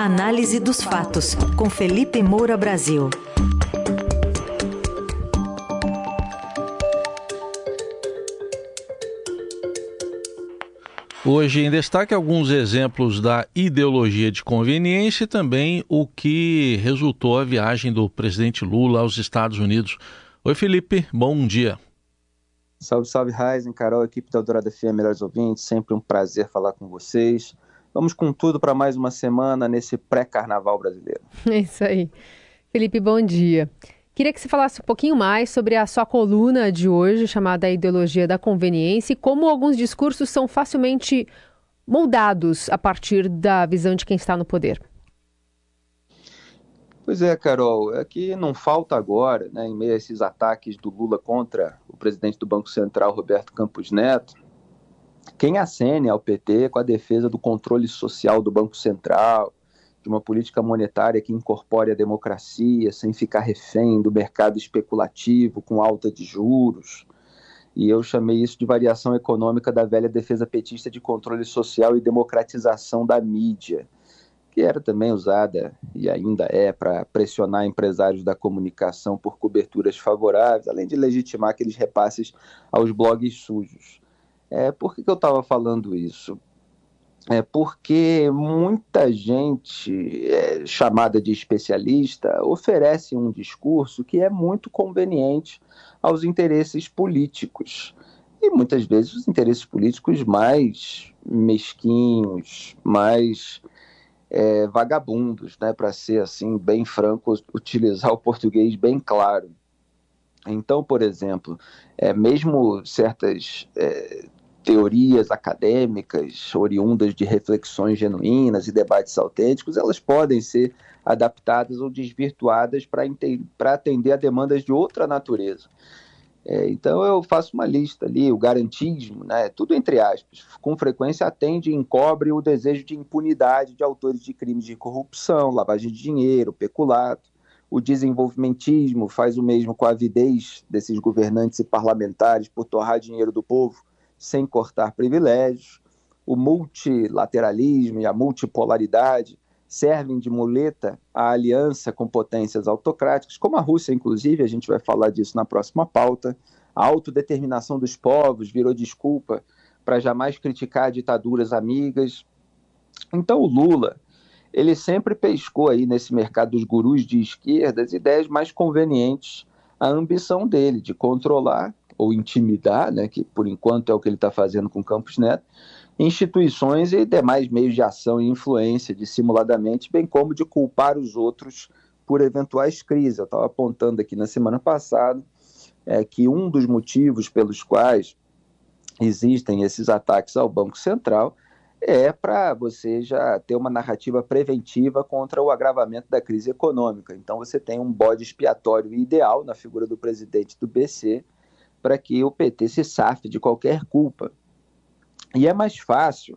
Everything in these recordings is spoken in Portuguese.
Análise dos fatos, com Felipe Moura Brasil. Hoje em destaque alguns exemplos da ideologia de conveniência e também o que resultou a viagem do presidente Lula aos Estados Unidos. Oi, Felipe, bom dia. Salve, salve, Raizen, Carol, equipe da Eldorado FM, melhores ouvintes, sempre um prazer falar com vocês. Vamos com tudo para mais uma semana nesse pré-carnaval brasileiro. É isso aí. Felipe, bom dia. Queria que você falasse um pouquinho mais sobre a sua coluna de hoje, chamada Ideologia da Conveniência, e como alguns discursos são facilmente moldados a partir da visão de quem está no poder. Pois é, Carol, é que não falta agora, né, em meio a esses ataques do Lula contra o presidente do Banco Central, Roberto Campos Neto, quem acene ao PT com a defesa do controle social do Banco Central, de uma política monetária que incorpore a democracia, sem ficar refém do mercado especulativo com alta de juros. E eu chamei isso de variação econômica da velha defesa petista de controle social e democratização da mídia, que era também usada e ainda é para pressionar empresários da comunicação por coberturas favoráveis, além de legitimar aqueles repasses aos blogs sujos. Por que eu estava falando isso? Porque muita gente chamada de especialista oferece um discurso que é muito conveniente aos interesses políticos. E muitas vezes os interesses políticos mais mesquinhos, mais vagabundos, né, para ser assim bem franco, utilizar o português bem claro. Então, por exemplo, mesmo certas teorias acadêmicas oriundas de reflexões genuínas e debates autênticos, elas podem ser adaptadas ou desvirtuadas para atender a demandas de outra natureza. Então eu faço uma lista ali, o garantismo, né, tudo entre aspas, com frequência atende e encobre o desejo de impunidade de autores de crimes de corrupção, lavagem de dinheiro, peculato. O desenvolvimentismo faz o mesmo com a avidez desses governantes e parlamentares por torrar dinheiro do povo sem cortar privilégios. O multilateralismo e a multipolaridade servem de muleta à aliança com potências autocráticas, como a Rússia, inclusive, a gente vai falar disso na próxima pauta. A autodeterminação dos povos virou desculpa para jamais criticar ditaduras amigas. Então o Lula, ele sempre pescou aí nesse mercado dos gurus de esquerda as ideias mais convenientes à ambição dele de controlar ou intimidar, né, que por enquanto é o que ele está fazendo com Campos Neto, instituições e demais meios de ação e influência dissimuladamente, bem como de culpar os outros por eventuais crises. Eu estava apontando aqui na semana passada que um dos motivos pelos quais existem esses ataques ao Banco Central é para você já ter uma narrativa preventiva contra o agravamento da crise econômica. Então você tem um bode expiatório ideal na figura do presidente do BC, para que o PT se safe de qualquer culpa. E é mais fácil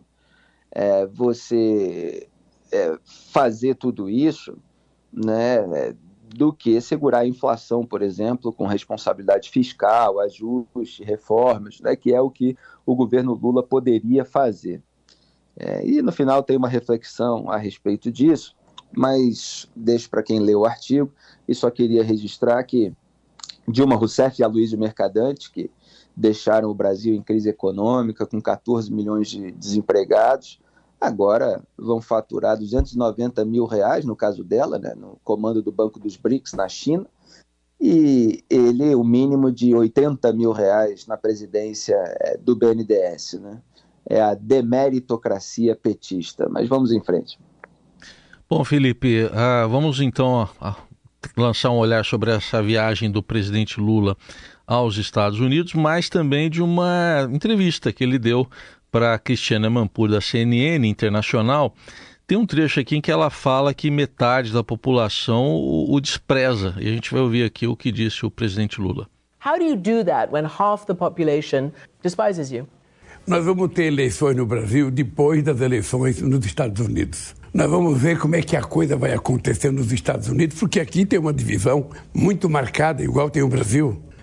você fazer tudo isso, né, do que segurar a inflação, por exemplo, com responsabilidade fiscal, ajuste, reformas, né, que é o que o governo Lula poderia fazer. E no final tem uma reflexão a respeito disso, mas deixo para quem lê o artigo, e só queria registrar que Dilma Rousseff e Aloysio Mercadante, que deixaram o Brasil em crise econômica, com 14 milhões de desempregados, agora vão faturar R$290 mil, no caso dela, né, no comando do Banco dos BRICS na China, e ele o mínimo de R$80 mil na presidência do BNDES, né? É a demeritocracia petista. Mas vamos em frente. Bom, Felipe, vamos então lançar um olhar sobre essa viagem do presidente Lula aos Estados Unidos, mas também de uma entrevista que ele deu para a Cristiana Mampur, da CNN Internacional. Tem um trecho aqui em que ela fala que metade da população o despreza, e a gente vai ouvir aqui o que disse o presidente Lula. How do you do that when half the population despises you? Nós vamos ter eleições no Brasil depois das eleições nos Estados Unidos. Nós vamos ver como é que a coisa vai acontecer nos Estados Unidos, porque aqui tem uma divisão muito marcada, igual tem o Brasil.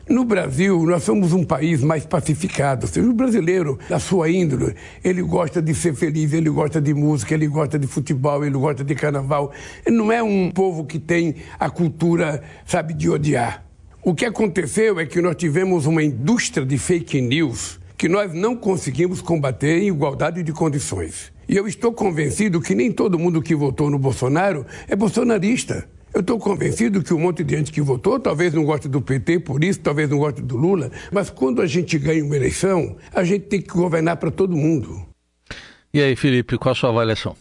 No Brasil, nós somos um país mais pacificado. Ou seja, o brasileiro, da sua índole, ele gosta de ser feliz, ele gosta de música, ele gosta de futebol, ele gosta de carnaval. Ele não é um povo que tem a cultura, sabe, de odiar. O que aconteceu é que nós tivemos uma indústria de fake news que nós não conseguimos combater em igualdade de condições. E eu estou convencido que nem todo mundo que votou no Bolsonaro é bolsonarista. Eu estou convencido que um monte de gente que votou talvez não goste do PT por isso, talvez não goste do Lula, mas quando a gente ganha uma eleição, a gente tem que governar para todo mundo. E aí, Felipe, qual a sua avaliação?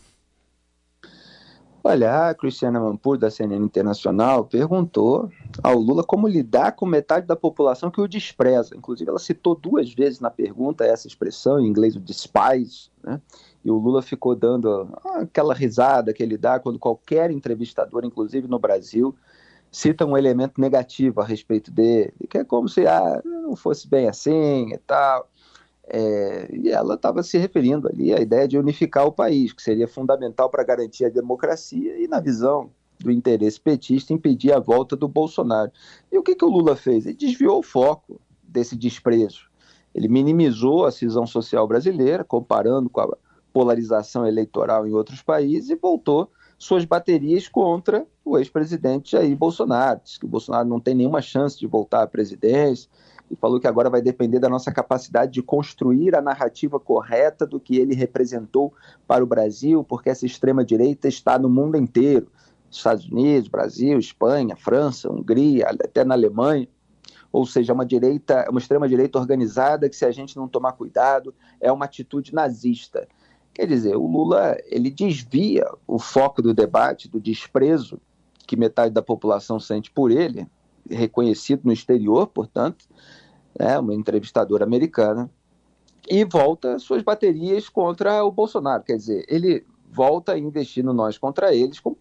Olha, a Cristiana Mampur, da CNN Internacional, perguntou ao Lula como lidar com metade da população que o despreza. Inclusive, ela citou 2 vezes na pergunta essa expressão, em inglês o despise, né? E o Lula ficou dando aquela risada que ele dá quando qualquer entrevistador, inclusive no Brasil, cita um elemento negativo a respeito dele, que é como se não fosse bem assim e tal. E ela estava se referindo ali à ideia de unificar o país, que seria fundamental para garantir a democracia e, na visão do interesse petista, impedir a volta do Bolsonaro. E o que o Lula fez? Ele desviou o foco desse desprezo. Ele minimizou a cisão social brasileira, comparando com a polarização eleitoral em outros países, e voltou suas baterias contra o ex-presidente Jair Bolsonaro. Diz que o Bolsonaro não tem nenhuma chance de voltar à presidência, e falou que agora vai depender da nossa capacidade de construir a narrativa correta do que ele representou para o Brasil, porque essa extrema-direita está no mundo inteiro, Estados Unidos, Brasil, Espanha, França, Hungria, até na Alemanha. Ou seja, uma extrema-direita organizada que, se a gente não tomar cuidado, é uma atitude nazista. Quer dizer, o Lula, ele desvia o foco do debate, do desprezo que metade da população sente por ele, reconhecido no exterior, portanto, uma entrevistadora americana, e volta suas baterias contra o Bolsonaro. Quer dizer, ele volta a investir no nós contra eles com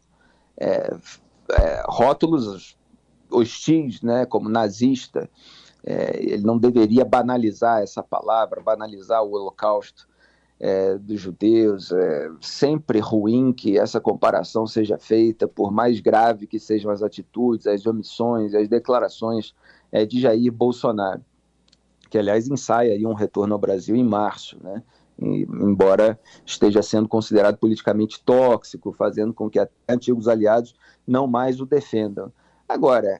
rótulos hostis, né, como nazista. Ele não deveria banalizar essa palavra, banalizar o Holocausto dos judeus. É sempre ruim que essa comparação seja feita, por mais grave que sejam as atitudes, as omissões, as declarações de Jair Bolsonaro, que, aliás, ensaia aí um retorno ao Brasil em março, né? Embora esteja sendo considerado politicamente tóxico, fazendo com que até antigos aliados não mais o defendam. Agora,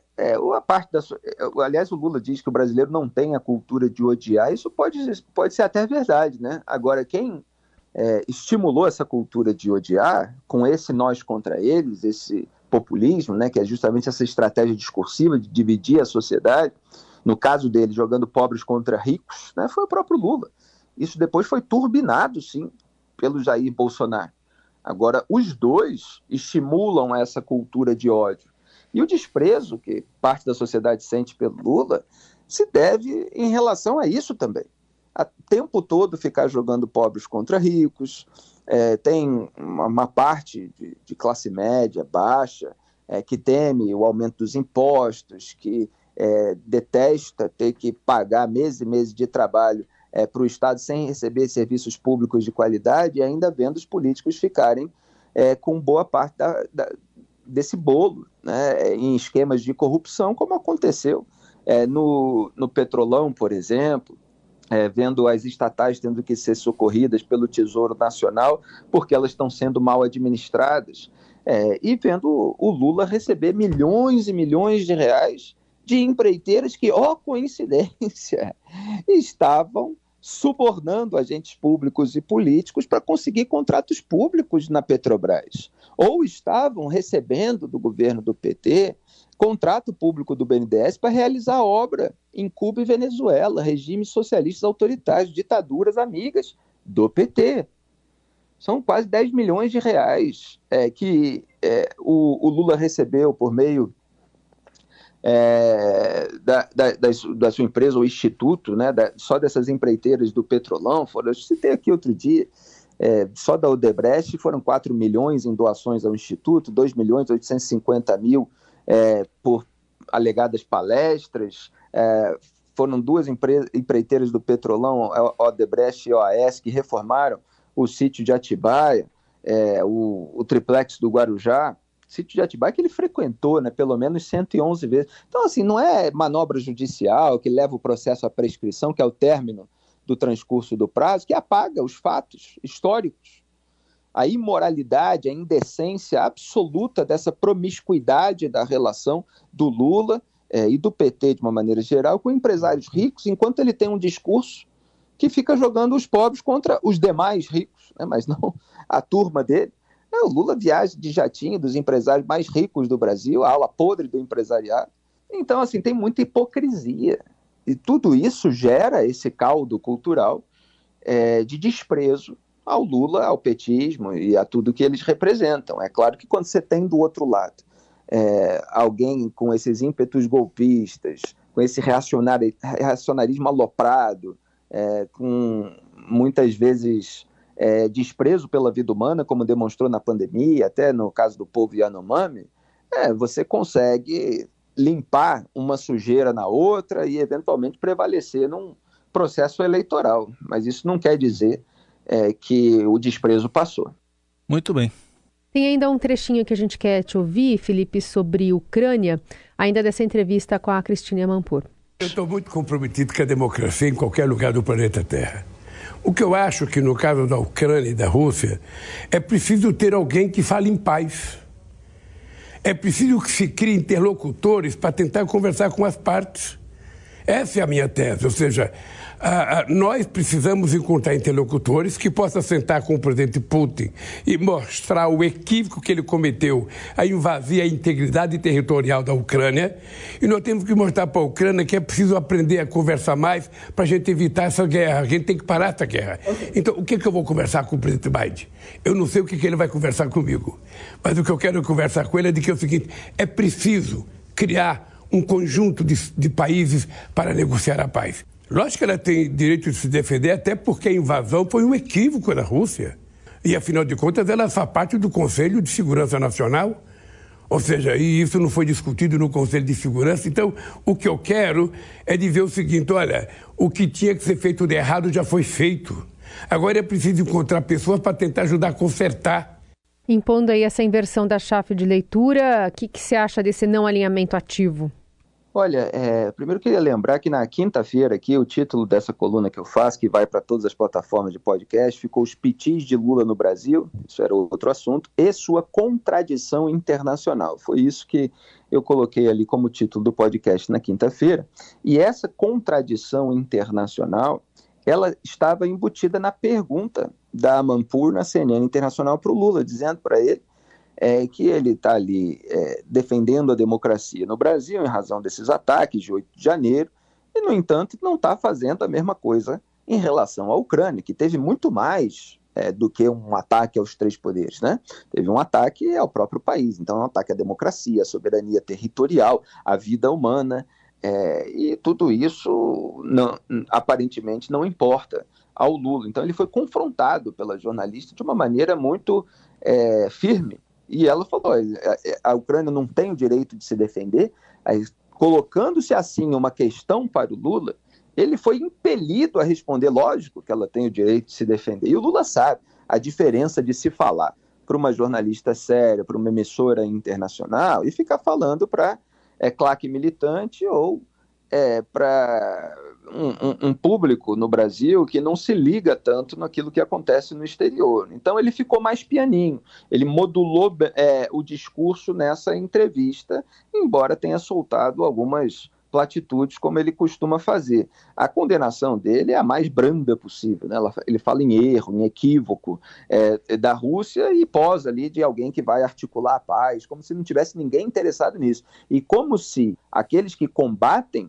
aliás, o Lula diz que o brasileiro não tem a cultura de odiar. Isso pode ser até verdade, né? Agora, quem estimulou essa cultura de odiar, com esse nós contra eles, esse populismo, né, que é justamente essa estratégia discursiva de dividir a sociedade, no caso dele, jogando pobres contra ricos, né, foi o próprio Lula. Isso depois foi turbinado, sim, pelo Jair Bolsonaro. Agora, os dois estimulam essa cultura de ódio. E o desprezo que parte da sociedade sente pelo Lula se deve em relação a isso também. O tempo todo ficar jogando pobres contra ricos, tem uma parte de classe média, baixa, que teme o aumento dos impostos, que detesta ter que pagar meses e meses de trabalho para o Estado sem receber serviços públicos de qualidade, e ainda vendo os políticos ficarem com boa parte desse bolo, né, em esquemas de corrupção, como aconteceu no Petrolão, por exemplo, vendo as estatais tendo que ser socorridas pelo Tesouro Nacional porque elas estão sendo mal administradas, e vendo o Lula receber milhões e milhões de reais de empreiteiras que, ó coincidência, estavam subornando agentes públicos e políticos para conseguir contratos públicos na Petrobras, ou estavam recebendo do governo do PT contrato público do BNDES para realizar obra em Cuba e Venezuela, regimes socialistas autoritários, ditaduras amigas do PT. São quase 10 milhões de reais que o Lula recebeu por meio da sua empresa, o Instituto, né, só dessas empreiteiras do Petrolão. Eu citei aqui outro dia, só da Odebrecht foram 4 milhões em doações ao Instituto, 2.850.000 por alegadas palestras. Foram 2 empreiteiras do Petrolão, Odebrecht e OAS, que reformaram o sítio de Atibaia, o triplex do Guarujá, sítio de Atibaia que ele frequentou, né, pelo menos 111 vezes. Então, assim, não é manobra judicial que leva o processo à prescrição, que é o término do transcurso do prazo, que apaga os fatos históricos. A imoralidade, a indecência absoluta dessa promiscuidade da relação do Lula e do PT, de uma maneira geral, com empresários ricos, enquanto ele tem um discurso que fica jogando os pobres contra os demais ricos, né, mas não a turma dele. O Lula viaja de jatinho dos empresários mais ricos do Brasil, a ala podre do empresariado. Então, assim, tem muita hipocrisia. E tudo isso gera esse caldo cultural de desprezo ao Lula, ao petismo e a tudo que eles representam. É claro que quando você tem do outro lado alguém com esses ímpetos golpistas, com esse reacionarismo aloprado, com muitas vezes desprezo pela vida humana, como demonstrou na pandemia, até no caso do povo Yanomami, você consegue limpar uma sujeira na outra e eventualmente prevalecer num processo eleitoral. Mas isso não quer dizer que o desprezo passou. Muito bem. Tem ainda um trechinho que a gente quer te ouvir, Felipe, sobre Ucrânia, ainda dessa entrevista com a Cristina Amanpour. Eu estou muito comprometido com a democracia em qualquer lugar do planeta Terra. O que eu acho que no caso da Ucrânia e da Rússia é preciso ter alguém que fale em paz. É preciso que se crie interlocutores para tentar conversar com as partes. Essa é a minha tese, ou seja, nós precisamos encontrar interlocutores que possam sentar com o presidente Putin e mostrar o equívoco que ele cometeu a invadir a integridade territorial da Ucrânia, e nós temos que mostrar para a Ucrânia que é preciso aprender a conversar mais para a gente evitar essa guerra, a gente tem que parar essa guerra. Okay. Então, o que eu vou conversar com o presidente Biden? Eu não sei o que ele vai conversar comigo, mas o que eu quero conversar com ele é de que é o seguinte: é preciso criar um conjunto de países para negociar a paz. Lógico que ela tem direito de se defender, até porque a invasão foi um equívoco da Rússia. E, afinal de contas, ela faz parte do Conselho de Segurança Nacional. Ou seja, e isso não foi discutido no Conselho de Segurança. Então, o que eu quero é de ver o seguinte: olha, o que tinha que ser feito de errado já foi feito. Agora é preciso encontrar pessoas para tentar ajudar a consertar. Impondo aí essa inversão da chave de leitura, o que você acha desse não alinhamento ativo? Olha, primeiro eu queria lembrar que na quinta-feira aqui, o título dessa coluna que eu faço, que vai para todas as plataformas de podcast, ficou Os Pitis de Lula no Brasil, isso era outro assunto, e sua contradição internacional. Foi isso que eu coloquei ali como título do podcast na quinta-feira. E essa contradição internacional, ela estava embutida na pergunta da Amanpour na CNN Internacional para o Lula, dizendo para ele que ele está ali defendendo a democracia no Brasil em razão desses ataques de 8 de janeiro e, no entanto, não está fazendo a mesma coisa em relação à Ucrânia, que teve muito mais do que um ataque aos três poderes, né? Teve um ataque ao próprio país, então é um ataque à democracia, à soberania territorial, à vida humana, e tudo isso aparentemente não importa ao Lula. Então ele foi confrontado pela jornalista de uma maneira muito firme. E ela falou: a Ucrânia não tem o direito de se defender. Colocando-se assim uma questão para o Lula, ele foi impelido a responder: lógico que ela tem o direito de se defender. E o Lula sabe a diferença de se falar para uma jornalista séria, para uma emissora internacional, e ficar falando para claque militante ou para um público no Brasil que não se liga tanto naquilo que acontece no exterior. Então ele ficou mais pianinho, ele modulou o discurso nessa entrevista, embora tenha soltado algumas platitudes como ele costuma fazer. A condenação dele é a mais branda possível, né? Ele fala em erro, em equívoco da Rússia e posa ali de alguém que vai articular a paz, como se não tivesse ninguém interessado nisso. E como se aqueles que combatem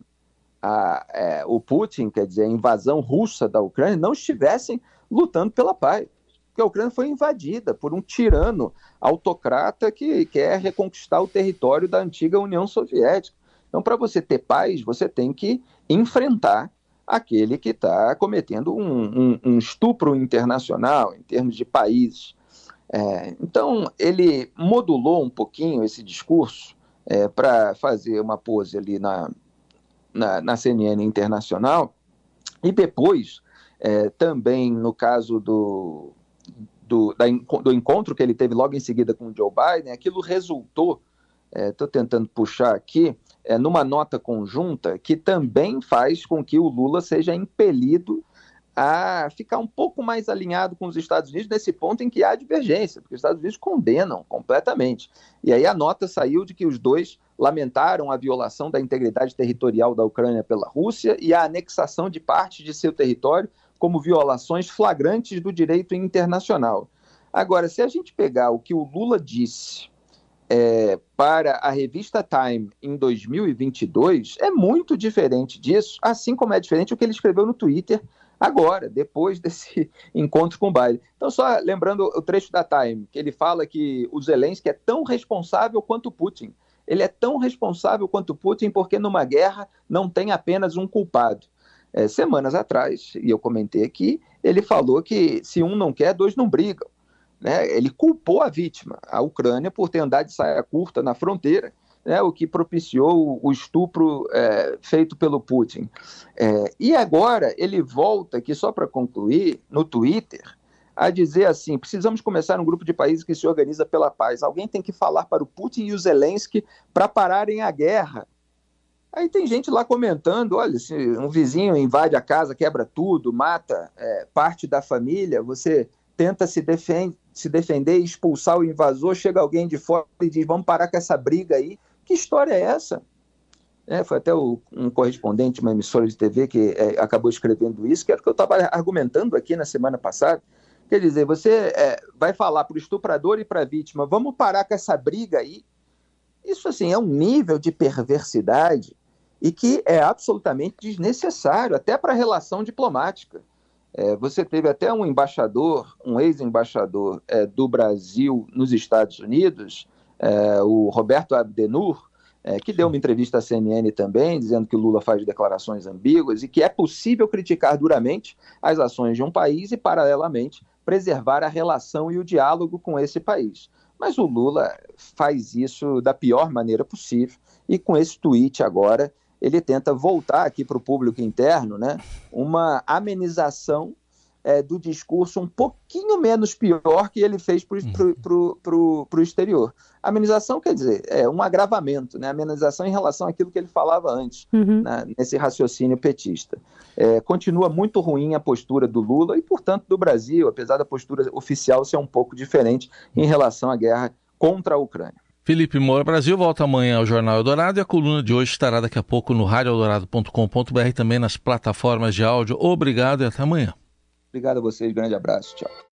o Putin, quer dizer, a invasão russa da Ucrânia, não estivessem lutando pela paz. Porque a Ucrânia foi invadida por um tirano autocrata que quer reconquistar o território da antiga União Soviética. Então, para você ter paz, você tem que enfrentar aquele que está cometendo um estupro internacional em termos de países. Então, ele modulou um pouquinho esse discurso para fazer uma pose ali na CNN Internacional, e depois, também no caso do do encontro que ele teve logo em seguida com o Joe Biden, aquilo resultou, estou tentando puxar aqui, numa nota conjunta que também faz com que o Lula seja impelido a ficar um pouco mais alinhado com os Estados Unidos nesse ponto em que há divergência, porque os Estados Unidos condenam completamente. E aí a nota saiu de que os dois lamentaram a violação da integridade territorial da Ucrânia pela Rússia e a anexação de parte de seu território como violações flagrantes do direito internacional. Agora, se a gente pegar o que o Lula disse para a revista Time em 2022, é muito diferente disso, assim como é diferente o que ele escreveu no Twitter agora, depois desse encontro com o Biden. Então, só lembrando o trecho da Time, que ele fala que o Zelensky é tão responsável quanto Putin. Ele é tão responsável quanto Putin porque numa guerra não tem apenas um culpado. Semanas atrás, e eu comentei aqui, ele falou que se um não quer, dois não brigam. Né? Ele culpou a vítima, a Ucrânia, por ter andado de saia curta na fronteira, né, o que propiciou o estupro feito pelo Putin. E agora ele volta aqui, só para concluir, no Twitter, a dizer assim: precisamos começar um grupo de países que se organiza pela paz. Alguém tem que falar para o Putin e o Zelensky para pararem a guerra. Aí tem gente lá comentando: olha, se um vizinho invade a casa, quebra tudo, mata parte da família, você tenta se defender e expulsar o invasor, chega alguém de fora e diz: vamos parar com essa briga aí. Que história é essa? Foi até um correspondente de uma emissora de TV que acabou escrevendo isso, que era o que eu estava argumentando aqui na semana passada. Quer dizer, você vai falar para o estuprador e para a vítima: vamos parar com essa briga aí. Isso, assim, é um nível de perversidade e que é absolutamente desnecessário, até para a relação diplomática. Você teve até um embaixador, um ex-embaixador do Brasil nos Estados Unidos, o Roberto Abdenur, que deu uma entrevista à CNN também, dizendo que o Lula faz declarações ambíguas e que é possível criticar duramente as ações de um país e, paralelamente, preservar a relação e o diálogo com esse país. Mas o Lula faz isso da pior maneira possível e com esse tweet agora ele tenta voltar aqui para o público interno, né, uma amenização do discurso um pouquinho menos pior que ele fez para o exterior. Amenização quer dizer, um agravamento, né? Amenização em relação àquilo que ele falava antes, né, nesse raciocínio petista. Continua muito ruim a postura do Lula e, portanto, do Brasil, apesar da postura oficial ser um pouco diferente em relação à guerra contra a Ucrânia. Felipe Moura Brasil volta amanhã ao Jornal Eldorado e a coluna de hoje estará daqui a pouco no radioeldorado.com.br e também nas plataformas de áudio. Obrigado e até amanhã. Obrigado a vocês, grande abraço, tchau.